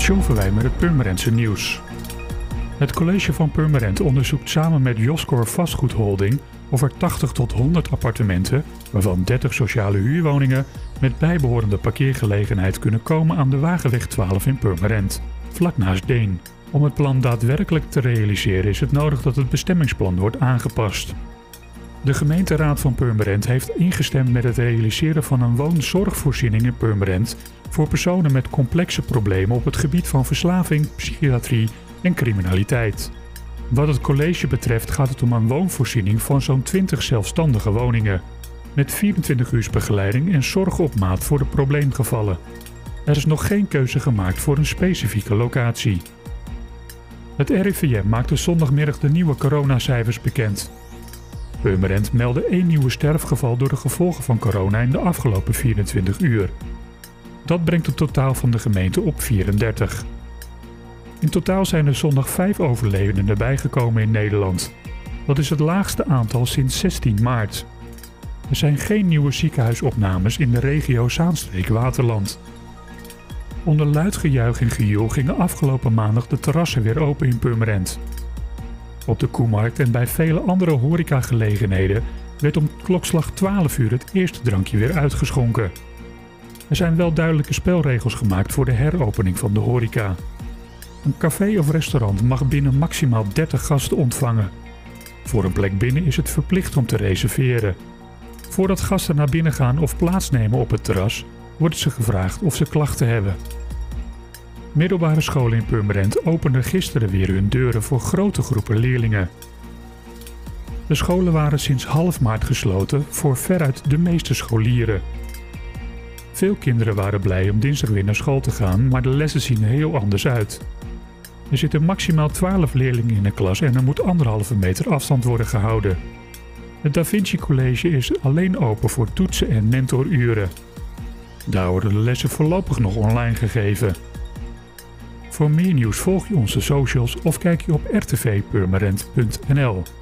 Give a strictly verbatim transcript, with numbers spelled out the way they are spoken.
Tjoven wij met het Purmerendse nieuws. Het college van Purmerend onderzoekt samen met Joscor Vastgoedholding of er tachtig tot honderd appartementen, waarvan dertig sociale huurwoningen, met bijbehorende parkeergelegenheid kunnen komen aan de Wagenweg twaalf in Purmerend, vlak naast Deen. Om het plan daadwerkelijk te realiseren is het nodig dat het bestemmingsplan wordt aangepast. De gemeenteraad van Purmerend heeft ingestemd met het realiseren van een woonzorgvoorziening in Purmerend voor personen met complexe problemen op het gebied van verslaving, psychiatrie en criminaliteit. Wat het college betreft gaat het om een woonvoorziening van zo'n twintig zelfstandige woningen, met vierentwintig uur begeleiding en zorg op maat voor de probleemgevallen. Er is nog geen keuze gemaakt voor een specifieke locatie. Het R I V M maakte zondagmiddag de nieuwe coronacijfers bekend. Purmerend meldde één nieuwe sterfgeval door de gevolgen van corona in de afgelopen vierentwintig uur. Dat brengt het totaal van de gemeente op vierendertig. In totaal zijn er zondag vijf overlevenden bijgekomen in Nederland. Dat is het laagste aantal sinds zestien maart. Er zijn geen nieuwe ziekenhuisopnames in de regio Zaanstreek-Waterland. Onder luid gejuich en gejoel gingen afgelopen maandag de terrassen weer open in Purmerend. Op de Koemarkt en bij vele andere horecagelegenheden werd om klokslag twaalf uur het eerste drankje weer uitgeschonken. Er zijn wel duidelijke spelregels gemaakt voor de heropening van de horeca. Een café of restaurant mag binnen maximaal dertig gasten ontvangen. Voor een plek binnen is het verplicht om te reserveren. Voordat gasten naar binnen gaan of plaatsnemen op het terras, wordt ze gevraagd of ze klachten hebben. Middelbare scholen in Purmerend openden gisteren weer hun deuren voor grote groepen leerlingen. De scholen waren sinds half maart gesloten voor veruit de meeste scholieren. Veel kinderen waren blij om dinsdag weer naar school te gaan, maar de lessen zien er heel anders uit. Er zitten maximaal twaalf leerlingen in een klas en er moet anderhalve meter afstand worden gehouden. Het Da Vinci College is alleen open voor toetsen en mentoruren. Daar worden de lessen voorlopig nog online gegeven. Voor meer nieuws volg je onze socials of kijk je op r t v purmerend punt n l.